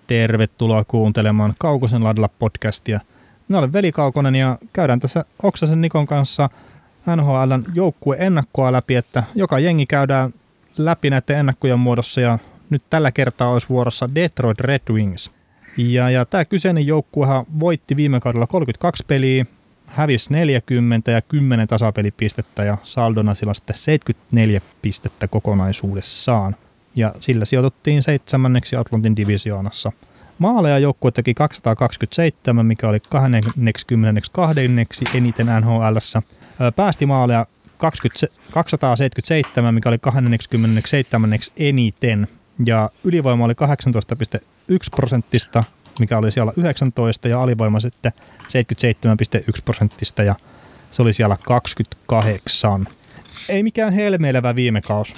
Tervetuloa kuuntelemaan Kaukosen laidalla podcastia. Minä olen Veli Kaukonen ja käydään tässä Oksasen Nikon kanssa NHL:n joukkueennakkoa läpi, että joka jengi käydään läpi näiden ennakkojen muodossa ja nyt tällä kertaa olisi vuorossa Detroit Red Wings. Ja tämä kyseinen joukkuehan voitti viime kaudella 32 peliä, hävisi 40 ja 10 tasapelipistettä ja saldona sillä sitten 74 pistettä kokonaisuudessaan. Ja sillä sijoituttiin 7. Atlantin divisioonassa. Maaleja joukkue teki 227, mikä oli 22. eniten NHL:ssä. Päästi maaleja 277, mikä oli 27. eniten. Ja ylivoima oli 18,1%, mikä oli siellä 19, ja alivoima sitten 77,1%, ja se oli siellä 28. Ei mikään helmeilevä viime kausi.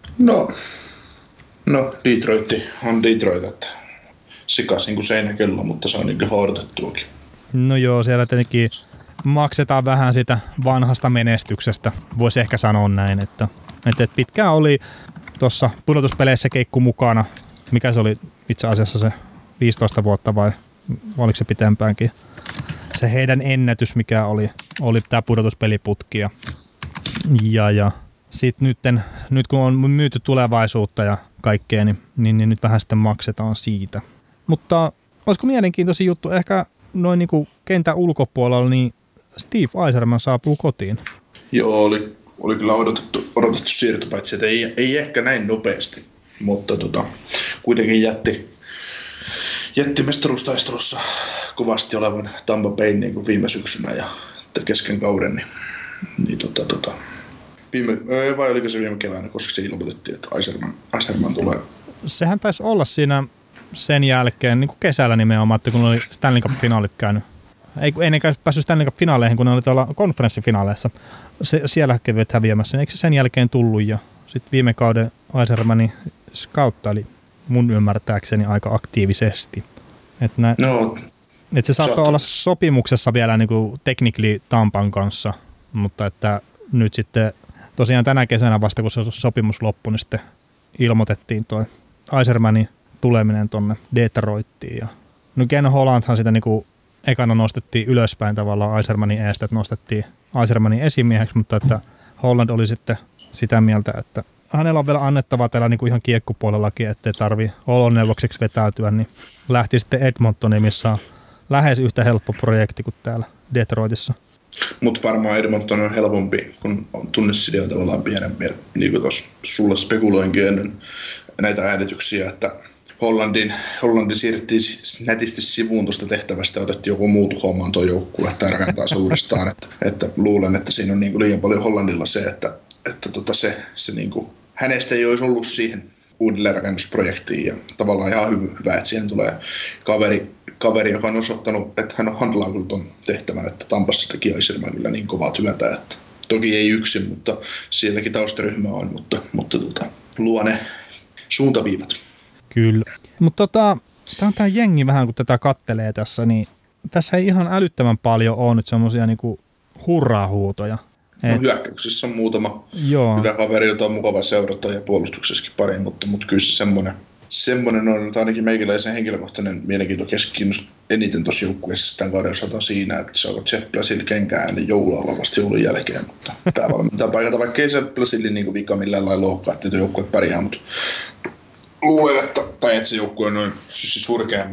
No, Detroit on Detroit, että sikasin kuin seinäkello, mutta se on niin kuin hoidetettuakin. No joo, siellä tietenkin maksetaan vähän sitä vanhasta menestyksestä, voisi ehkä sanoa näin, että pitkään oli tuossa pudotuspeleissä keikku mukana, mikä se oli itse asiassa se 15 vuotta vai oliko se pitempäänkin, se heidän ennätys, mikä oli tämä pudotuspeliputki ja sitten nyt kun on myyty tulevaisuutta ja kaikkea, niin nyt vähän sitten maksetaan siitä. Mutta olisiko mielenkiintoisin juttu ehkä noin niin kuin kentän ulkopuolella, niin Steve Yzerman saapuu kotiin. Joo, oli kyllä odotettu siirto, paitsi että ei ehkä näin nopeasti, mutta kuitenkin jätti mestaruustaistelussa kovasti olevan Tampa Bayn niin kuin viime syksynä ja kesken kauden, vai oliko se viime keväänä, koska se ilmoitettiin, että Yzerman tulee. Sehän taisi olla siinä sen jälkeen niin kuin kesällä nimenomaan, että kun oli Stanley Cup-finaalit käynyt. Ei ennen päässyt Stanley Cup-finaaleihin, kun ne oli tuolla konferenssifinaaleissa. Siellä kävivät häviämässä. Eikö se sen jälkeen tullut ja sitten viime kauden Yzermanin scouttaili mun ymmärtääkseni aika aktiivisesti. Että se saattoi olla sopimuksessa vielä niin kuin technically Tampan kanssa, mutta että nyt sitten tosiaan tänä kesänä vasta, kun se sopimus loppui, niin sitten ilmoitettiin toi Yzermanin tuleminen tonne Detroittiin. Ja no Ken Hollandhan sitä niinku ekana nostettiin ylöspäin tavallaan Yzermanin eestä, että nostettiin Yzermanin esimieheksi, mutta että Holland oli sitten sitä mieltä, että hänellä on vielä annettavaa täällä niinku ihan kiekkopuolellakin, ettei tarvii oloneuvokseksi vetäytyä, niin lähti sitten Edmontoniin, missä on lähes yhtä helppo projekti kuin täällä Detroitissa. Mutta varmaan Edmonton on helpompi, kun on tunneside on tavallaan pienempi. Niin kuin tuossa sulla spekuloinkin ennen näitä äänityksiä, että Hollandin siirrettiin nätisti sivuun tuosta tehtävästä ja otettiin joku muu tuhoamaan tuo joukkue tai rakentaa se uudestaan. Että luulen, että siinä on niin kuin liian paljon Hollandilla se, että se niin kuin, hänestä ei olisi ollut siihen uudelleenrakennusprojektiin ja tavallaan ihan hyvä, että siihen tulee kaveri, joka on osoittanut, että hän handlaa kyllä tuon tehtävän, että Tampassa teki Yzerman kyllä niin kovaa työtä, että toki ei yksin, mutta sielläkin taustaryhmä on, mutta luo ne suuntaviivat. Kyllä. Mutta tämä jengi vähän, kun tätä kattelee tässä, niin tässä ei ihan älyttömän paljon ole nyt semmoisia niinku hurraa-huutoja. No, hyökkäyksissä on muutama hyvä kaveri, jota on mukava seurata ja puolustuksessakin pari, mutta kyllä se semmoinen on, että ainakin meikäläisen henkilökohtainen mielenkiinto keskikiinnostaa eniten tuossa joukkueessa tämän kauden osalta siinä, että saako Jeff Blasil kenkään ennen joulua vasta joulun jälkeen, mutta päävalmentaa paikata, vaikka ei se Blasilin niin vika millään lailla loukkaa, että joukkue pärjää, mutta luulen, että se joukkue on noin surkea,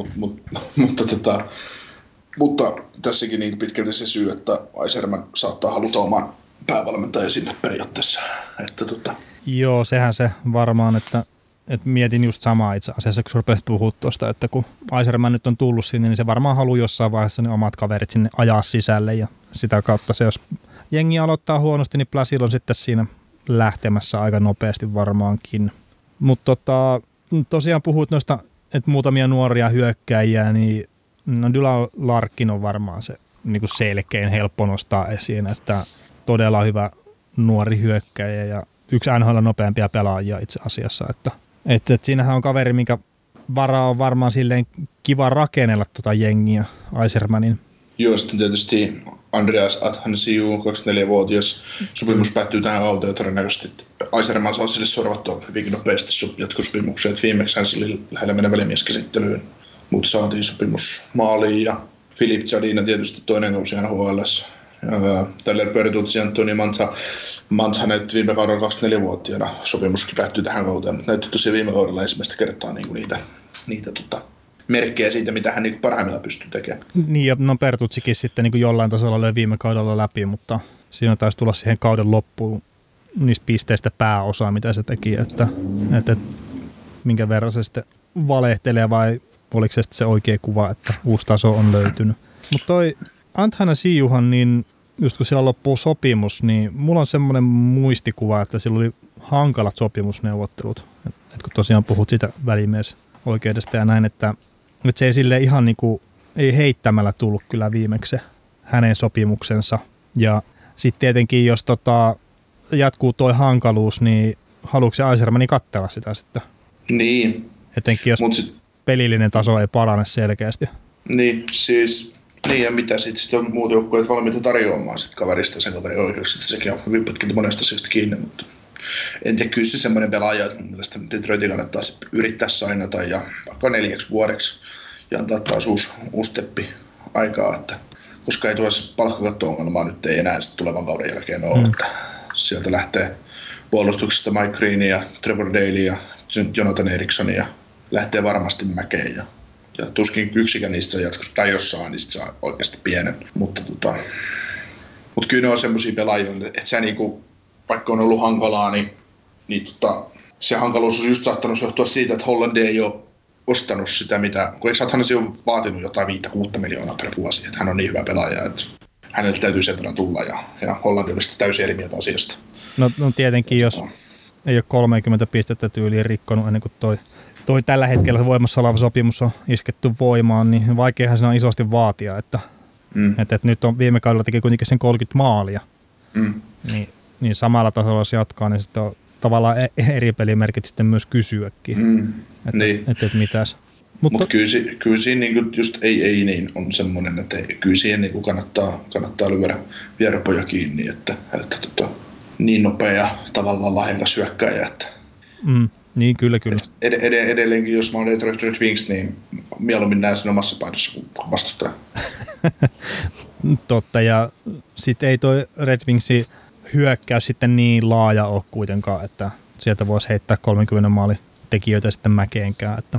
mutta tässäkin niin pitkälti se syy, että Yzerman saattaa haluta oman päävalmentaja sinne periaatteessa. Joo, sehän se varmaan, että mietin just samaa itse asiassa, kun rupesit puhua tuosta, että kun Yzerman nyt on tullut sinne, niin se varmaan haluaa jossain vaiheessa ne omat kaverit sinne ajaa sisälle ja sitä kautta se, jos jengi aloittaa huonosti, niin Blasil on sitten siinä lähtemässä aika nopeasti varmaankin. Mutta tosiaan puhut noista, että muutamia nuoria hyökkäjiä, niin Dylan Larkin on varmaan se niin kuin selkein helppo nostaa esiin, että todella hyvä nuori hyökkäjä ja yksi NHL nopeampia pelaajia itse asiassa, että siinähän on kaveri, minkä varaa on varmaan silleen kiva rakennella tota jengiä Yzermanin. Joo, sitten tietysti Andreas Athanasiou, 24-vuotias, sopimus päättyy tähän auteen ja todennäköisesti Yzerman saa sille sorvattua hyvinkin nopeasti jatkosopimukseen, että viimeksi hän sille lähellä mennä välimieskäsittelyyn mutta saatiin sopimus maaliin ja Filip Zadina tietysti toinen kausi NHL:ssä. Tyler Bertuzzi ja Toni Mantha näytti viime kaudella 24-vuotiaana. Sopimuskin päättyi tähän kauteen, mutta näytti tosiaan viime kaudella ensimmäistä kertaa niin niitä merkkejä siitä, mitä hän niin parhaimmillaan pystyy tekemään. Niin, ja no Bertuzzikin sitten niin jollain tasolla löi viime kaudella läpi, mutta siinä taisi tulla siihen kauden loppuun niistä pisteistä pääosaa, mitä se teki, että minkä verran se sitten valehtelee vai oliko se sitten se oikea kuva, että uusi taso on löytynyt. Mutta toi Athanasiouhan, niin just kun siellä loppuu sopimus, niin mulla on semmoinen muistikuva, että sillä oli hankalat sopimusneuvottelut. Et kun tosiaan puhut siitä välimies oikeudesta ja näin, että se ei sille ihan niinku, ei heittämällä tullut kyllä viimeksi hänen sopimuksensa. Ja sitten tietenkin, jos jatkuu toi hankaluus, niin haluatko se Aisermani katsella sitä sitten? Niin. Etenkin jos pelillinen taso ei parane selkeästi. Niin, siis niin ja mitä sitten on muut joukkueet valmiita tarjoamaan sit kaverista sen kaverin oikeuksia. Sekin on hyvin pitkälti monesta asiasta kiinni, mutta en tiedä, kyllä se semmoinen pelaaja, että mun mielestä Detroitin kannattaa yrittää sainata ja vaikka 4 vuodeksi ja antaa taas uusi steppi aikaa, että koska ei tuossa palkkakatto-ongelmaa nyt ei enää tulevan kauden jälkeen ole, että sieltä lähtee puolustuksesta Mike Green ja Trevor Daley ja Jonathan Eriksson ja lähtee varmasti mäkeen ja tuskin yksikään niistä saa jatkossa, tai jos saa, niin saa oikeasti pienen, mutta kyllä ne on semmoisia pelaajia, että se niinku, vaikka on ollut hankalaa, niin se hankaluus on just saattanut johtua siitä, että Hollandi ei ole ostanut sitä, mitä, kun eikö Athanasi ole vaatinut jotain 5-6 miljoonaa per vuosi, että hän on niin hyvä pelaaja, että hänelle täytyy sen verran tulla ja Hollandi oli täysin eri mieltä asiasta. No tietenkin, jos ei ole 30 pistettä tyyliin rikkonut ennen kuin toi tällä hetkellä voimassa oleva sopimus on isketty voimaan, niin vaikeahan siinä on isosti vaatia, että nyt on viime kaudella teki kuitenkin sen 30 maalia, niin samalla tasolla jos jatkaa, niin sitten on tavallaan eri pelimerkit sitten myös kysyäkin, että mitäs. Mutta kyllä siinä niin just ei niin on semmoinen, että kyllä siihen niin kannattaa lyödä poja kiinni, että niin nopea tavallaan lahjakas hyökkääjä, että niin kyllä. Edelleenkin, jos mä olen Detroit Red Wings, niin mieluummin näen sen omassa painossa kuin vastustaja. Totta, ja sitten ei toi Red Wingsin hyökkäys sitten niin laaja ole kuitenkaan, että sieltä voisi heittää 30 maalin tekijöitä sitten mäkeenkään. Että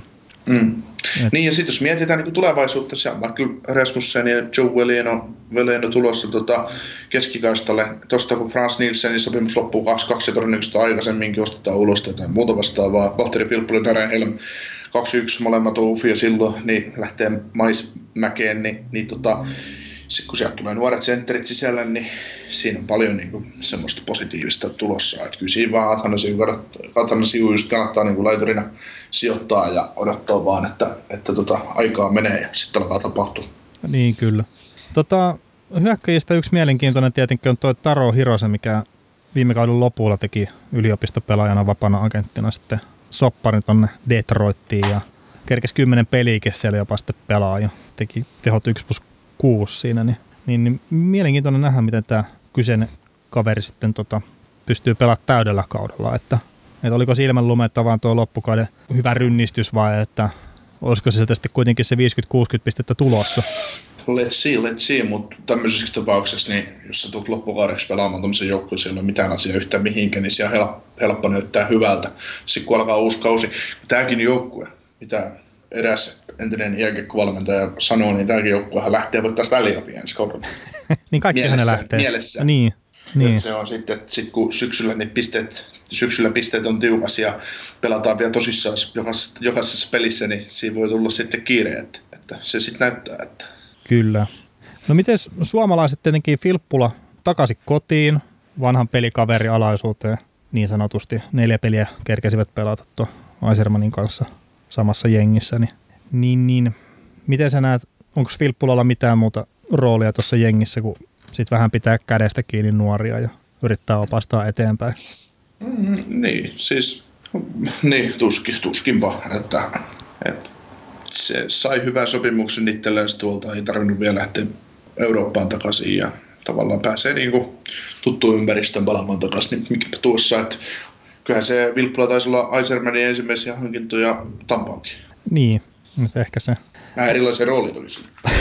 Niin, ja sitten jos mietitään niin tulevaisuutta, siellä on vaikka Rasmussen ja Joe Veleno tulossa keskikaistalle. Tuosta kun Frans Nielsenin sopimus loppuu 2-2 ja todennäköisesti aikaisemminkin ostetaan ulos jotain muuta vastaavaa. Valtteri Filppula ja Darren Helm 2-1, molemmat on ufia silloin, niin lähtee maismäkeen, niin sitten kun sieltä tulee nuoret sentterit sisällä, niin siinä on paljon niin semmoista positiivista tulossa. Että kyllä siinä vaan Athanasiou just kannattaa niin laiturina sijoittaa ja odottaa vaan, että aikaa menee ja sitten alkaa tapahtua. Niin kyllä. Hyökkäjistä yksi mielenkiintoinen tietenkin on tuo Taro Hirose, mikä viime kauden lopulla teki yliopistopelaajana vapaana agenttina sitten sopparin tonne Detroittiin ja kerkesi 10 peliäkin siellä jopa sitten pelaa ja teki tehot 1+6 siinä, niin mielenkiintoinen nähdä, miten tämä kyseinen kaveri sitten pystyy pelaamaan täydellä kaudella, että oliko silmänlumetta vaan tuo loppukauden hyvä rynnistys vai että olisiko se sitten kuitenkin se 50-60 pistettä tulossa? Let's see, mutta tämmöisessä tapauksessa, niin jos sä tulet loppukaudeksi pelaamaan tämmöisen joukkueen, siellä ei ole mitään asiaa yhtään mihinkään, niin siellä on helppo näyttää hyvältä. Sitten kun alkaa uusi kausi, tämäkin joukkue, mitä eräs entinen jääkiekkovalmentaja sanoo, niin tämäkin joukkuehan lähtee voittaa Stanley Cupia ensi kaudella. Niin kaikki hänen lähtee. Mielessä. Niin. Se on sitten, että kun syksyllä pisteet on tiukas ja pelataan vielä tosissaan jokaisessa pelissä, niin siinä voi tulla sitten kiire, että se sitten näyttää. Että. Kyllä. No miten suomalaiset tietenkin Filppula takaisin kotiin, vanhan pelikaveri alaisuuteen niin sanotusti. 4 peliä kerkesivät pelata tuon Aisermanin kanssa samassa jengissä. Niin, miten sä näet, onko Filppulalla mitään muuta roolia tuossa jengissä, kun sitten vähän pitää kädestä kiinni nuoria ja yrittää opastaa eteenpäin? Tuskinpa, että se sai hyvän sopimuksen itselleen tuolta, ei tarvinnut vielä lähteä Eurooppaan takaisin ja tavallaan pääsee niinku tuttuun ympäristön palaamaan takaisin, niin mikä tuossa, että kyllähän se Filppula taisi olla Aisermanin ensimmäisiä hankintoja Tampaankin. Niin, Nyt ehkä se. Vähän erilaisia roolit olisi.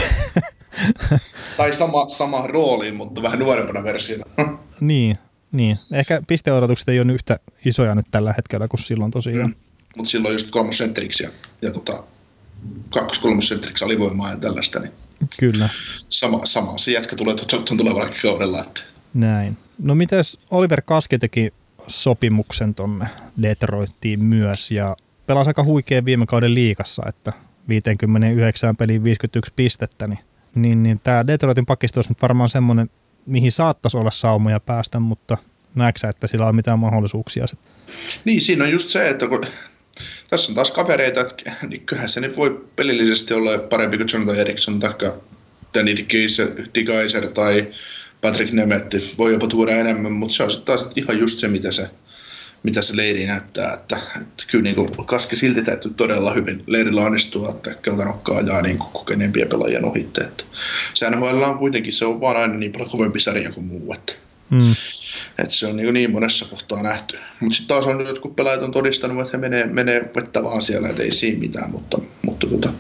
Tai sama rooli, mutta vähän nuorempana versiona. Niin. Ehkä pisteodotukset ei ole yhtä isoja nyt tällä hetkellä kuin silloin tosiaan. Mutta silloin just 3 sentteriksi ja 2-3 sentteriksi alivoimaa ja tällaista. Niin kyllä. Sama. Se jätkä tulee tulevalla kaudella. Että. Näin. No mites Oliver Kaski teki sopimuksen tonne Detroittiin myös ja pelasi aika huikean viime kauden liigassa, että 59 peliin 51 pistettä, niin tämä Detroitin pakisto olisi nyt varmaan semmoinen, mihin saattaisi olla saumoja päästä, mutta näetkö että sillä on mitään mahdollisuuksia? Niin, siinä on just se, että kun tässä on taas kavereita, niin kyllähän se nyt voi pelillisesti olla parempi kuin Jonathan Eriksson tai Danny DeKeyser tai Patrick Nemeth. Voi jopa tuoda enemmän, mutta se on sitten taas ihan just se, mitä se leiri näyttää. Että kyllä niin Kaski silti täytyy todella hyvin leirillä onnistua, että keltanokka ajaa niin kokeneempia pelaajien ohitte. Se NHL on kuitenkin, se on vaan aina niin paljon kovempi sarja kuin muu. Että se on niin monessa kohtaa nähty. Mutta sitten taas on jotkut pelaajat on todistanut, että he menee vettä vaan siellä, että ei siinä mitään. Mutta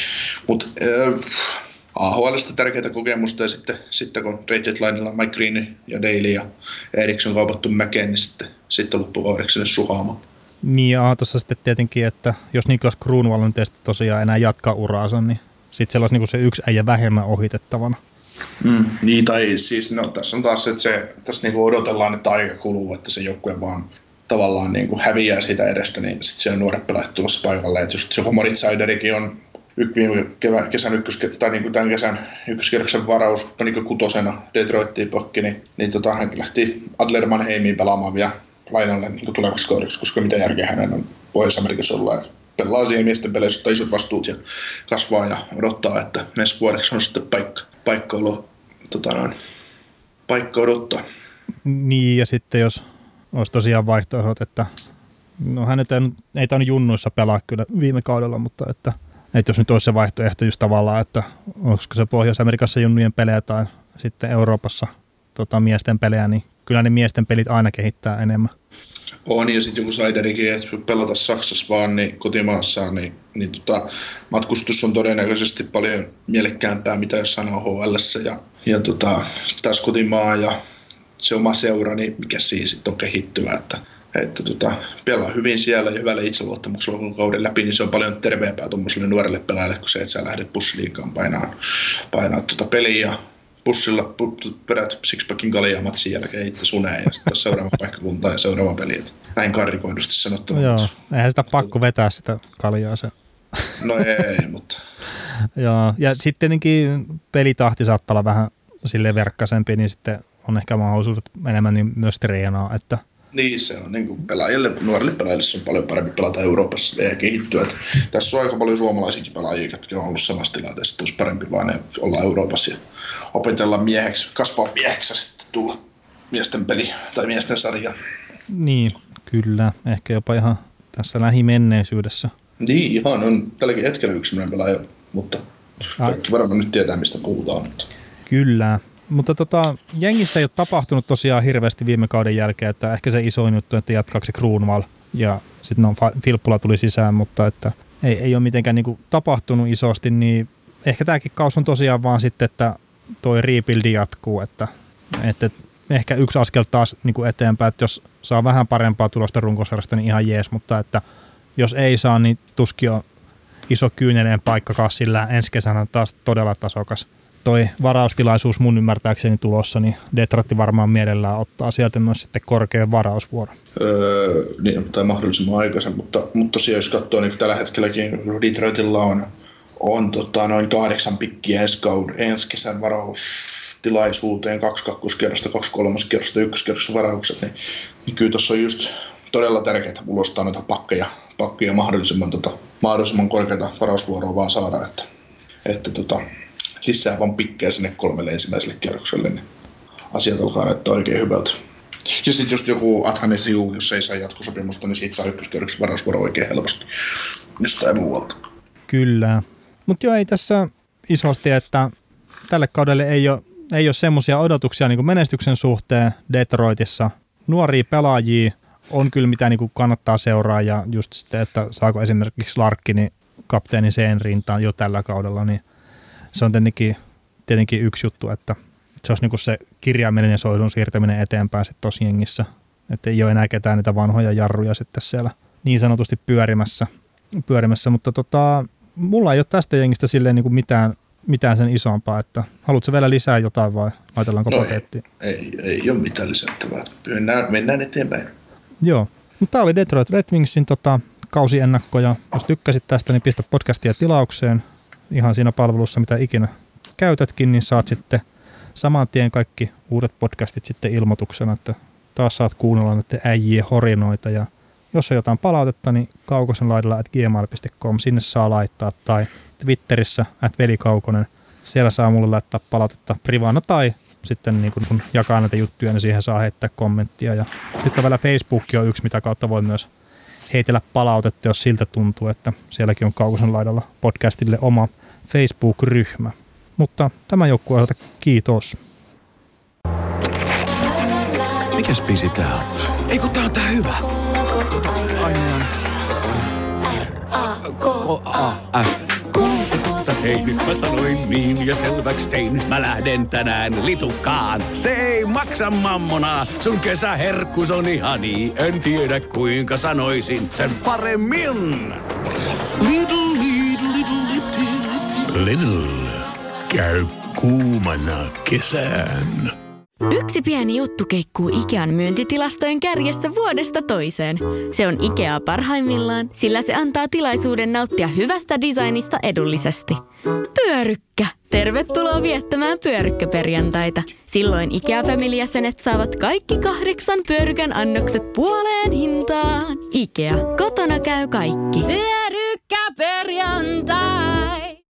AHL:stä tärkeää kokemusta ja sitten kun trade deadlinella Mike Green ja Daly ja Eriksson kaupattu Mäkeen, niin sitten loppukaudeksi sinne Suhaamo. Niin ja tuossa sitten tietenkin, että jos Niklas Kruunvall nyt tosiaan enää jatkaa uraansa, niin sitten siellä olisi niin se yksi äijä vähemmän ohitettavana. Niin tai siis no tässä on taas, että tässä niinku odotellaan, että aika kuluu, että se joukkue vaan tavallaan niinku häviää siitä edestä, niin sitten siellä nuoret pelaajat tulossa paikalle, että just joku Moritz Seiderikin on kesän tai niin kuin tämän kesän ykköskierroksen varaus niin kutosena Detroittiin pokki, niin hän lähti Adler Mannheimiin pelaamaan vielä lainalle niin tulevaksi kaudeksi, koska mitä järkeä hänen on Pohjois-Amerikassa olla. Ja pelaa siihen miesten peleissä, ottaa isot vastuut ja kasvaa ja odottaa, että ensi vuodeksi on sitten paikka odottaa. Niin ja sitten jos olisi tosiaan vaihtoehdot, että no hän ei tainnut junnuissa pelaa kyllä viime kaudella, mutta että jos nyt olisi se vaihtoehto just tavallaan, että olisiko se Pohjois-Amerikassa junnujen pelejä tai sitten Euroopassa miesten pelejä, niin kyllä ne miesten pelit aina kehittää enemmän. On, ja sitten joku Seiderikin, että pelata Saksassa vaan niin kotimaassa, niin matkustus on todennäköisesti paljon mielekkäämpää, mitä jossain AHL:ssä ja taas kotimaa ja se oma seura, niin mikä siinä sitten on kehittyvä, että pelaa hyvin siellä ja hyvällä itseluottamuksella koko kauden läpi, niin se on paljon terveempää tuommoiselle nuorelle pelaajalle kuin se, että sä lähdet bussiliikaan painaa peliä ja bussilla perät sixpackin kaljaa matsin jälkeen itse suneen ja sitten seuraava paikkakunta ja seuraava peli. Näin karrikoidusti sanottuna. Joo, eihän sitä pakko vetää sitä kaljaa se. No ei, mutta. Joo, ja sitten tietenkin pelitahti saattaa olla vähän silleen verkkaisempi, niin sitten on ehkä mahdollisuudet enemmän niin myös treenaa, että niin, se on niin nuorille pelaajille se on paljon parempi pelata Euroopassa ja kehittyä. Tässä on aika paljon suomalaisiakin pelaajia, jotka on ollut samassa tilanteessa, että olisi parempi vaan olla Euroopassa ja opetella mieheksi, kasvaa mieheksi ja sitten tulla miesten peli tai miesten sarja. Niin, kyllä. Ehkä jopa ihan tässä lähimenneisyydessä. Niin, ihan on tälläkin hetkellä yksilöinen pelaaja, mutta kaikki varmaan nyt tietää, mistä puhutaan. Mutta. Kyllä. Mutta jengissä ei ole tapahtunut tosiaan hirveästi viime kauden jälkeen, että ehkä se isoin juttu, että jatkaako se Kruunvall ja sitten Filppula tuli sisään, mutta että ei ole mitenkään niinku tapahtunut isosti, niin ehkä tämäkin kaus on tosiaan vaan sitten, että toi rebuildi jatkuu, että ehkä yksi askel taas niinku eteenpäin, että jos saa vähän parempaa tulosta runkosarjasta, niin ihan jees, mutta että jos ei saa, niin tuskin on iso kyynelleen paikka kassilla ensi kesänä taas todella tasokas. Toi varaustilaisuus mun ymmärtääkseni tulossa, niin Detroit varmaan mielellään ottaa sieltä myös sitten korkean varausvuoron. Niin, tai mahdollisimman aikaisen, mutta tosiaan jos katsoo, niin tällä hetkelläkin Detroitilla on noin 8 pikkiä ensi kesän varaustilaisuuteen, 2 kakkoskierrosta, 2 kolmoskierrosta, 1 kierroksen varaukset, niin kyllä tuossa on just todella tärkeää ulostaa noita pakkeja mahdollisimman korkeata varausvuoroa vaan saada, että lisää vaan pikkejä sinne 3 ensimmäiselle kierrokselle, niin asiat alkaa näyttää oikein hyvältä. Ja sitten just joku Athanasiu, jos ei saa jatkosopimusta, niin siitä saa ykköskierroksen varausvuoro oikein helposti jostain muualta. Kyllä. Mutta joo, ei tässä isosti, että tälle kaudelle ei ole semmoisia odotuksia niin kuin menestyksen suhteen Detroitissa. Nuoria pelaajia on kyllä mitä niin kuin kannattaa seuraa ja just sitten, että saako esimerkiksi Larkkini kapteeni C:n rintaan jo tällä kaudella, niin se on tietenkin yksi juttu, että se olisi niin kuin se kirjaimellinen soidun siirtäminen eteenpäin sitten tuossa jengissä. Että ei ole enää ketään niitä vanhoja jarruja sitten siellä niin sanotusti pyörimässä. Mutta mulla ei ole tästä jengistä silleen niin kuin mitään sen isompaa, että haluatko vielä lisää jotain vai laitellaanko pakettiin? Ei ole mitään lisättävää. Mennään eteenpäin. Joo, mutta tämä oli Detroit Red Wingsin kausiennakko, ja jos tykkäsit tästä, niin pistä podcastia tilaukseen ihan siinä palvelussa, mitä ikinä käytätkin, niin saat sitten saman tien kaikki uudet podcastit sitten ilmoituksena, että taas saat kuunnella näiden äijien horinoita, ja jos on jotain palautetta, niin kaukosenlaidalla@gmail.com, sinne saa laittaa, tai Twitterissä @velikaukonen, siellä saa mulle laittaa palautetta privana, tai sitten niin kun jakaa näitä juttuja, niin siihen saa heittää kommenttia, ja sitten vielä Facebook on yksi, mitä kautta voi myös heitellä palautetta, jos siltä tuntuu, että sielläkin on Kaukosen laidalla podcastille oma Facebook-ryhmä. Mutta tämän joukkueen osalta kiitos. Mikäs biisi tää on? Ei kun tää on tää hyvä. R-A-K-A-F. Hei, nyt mä sanoin niin ja selväks tein. Mä lähden tänään litukaan. Se ei maksa mammonaa. Sun kesäherkkus on ihani. En tiedä kuinka sanoisin sen paremmin. Lidl. Käy kuumana kesään. Yksi pieni juttu keikkuu Ikean myyntitilastojen kärjessä vuodesta toiseen. Se on Ikea parhaimmillaan, sillä se antaa tilaisuuden nauttia hyvästä designista edullisesti. Pyörykkä! Tervetuloa viettämään pyörykkäperjantaita. Silloin Ikea-familijäsenet saavat kaikki 8 pyörykän annokset puoleen hintaan. Ikea, kotona käy kaikki. Pyörykkäperjantai!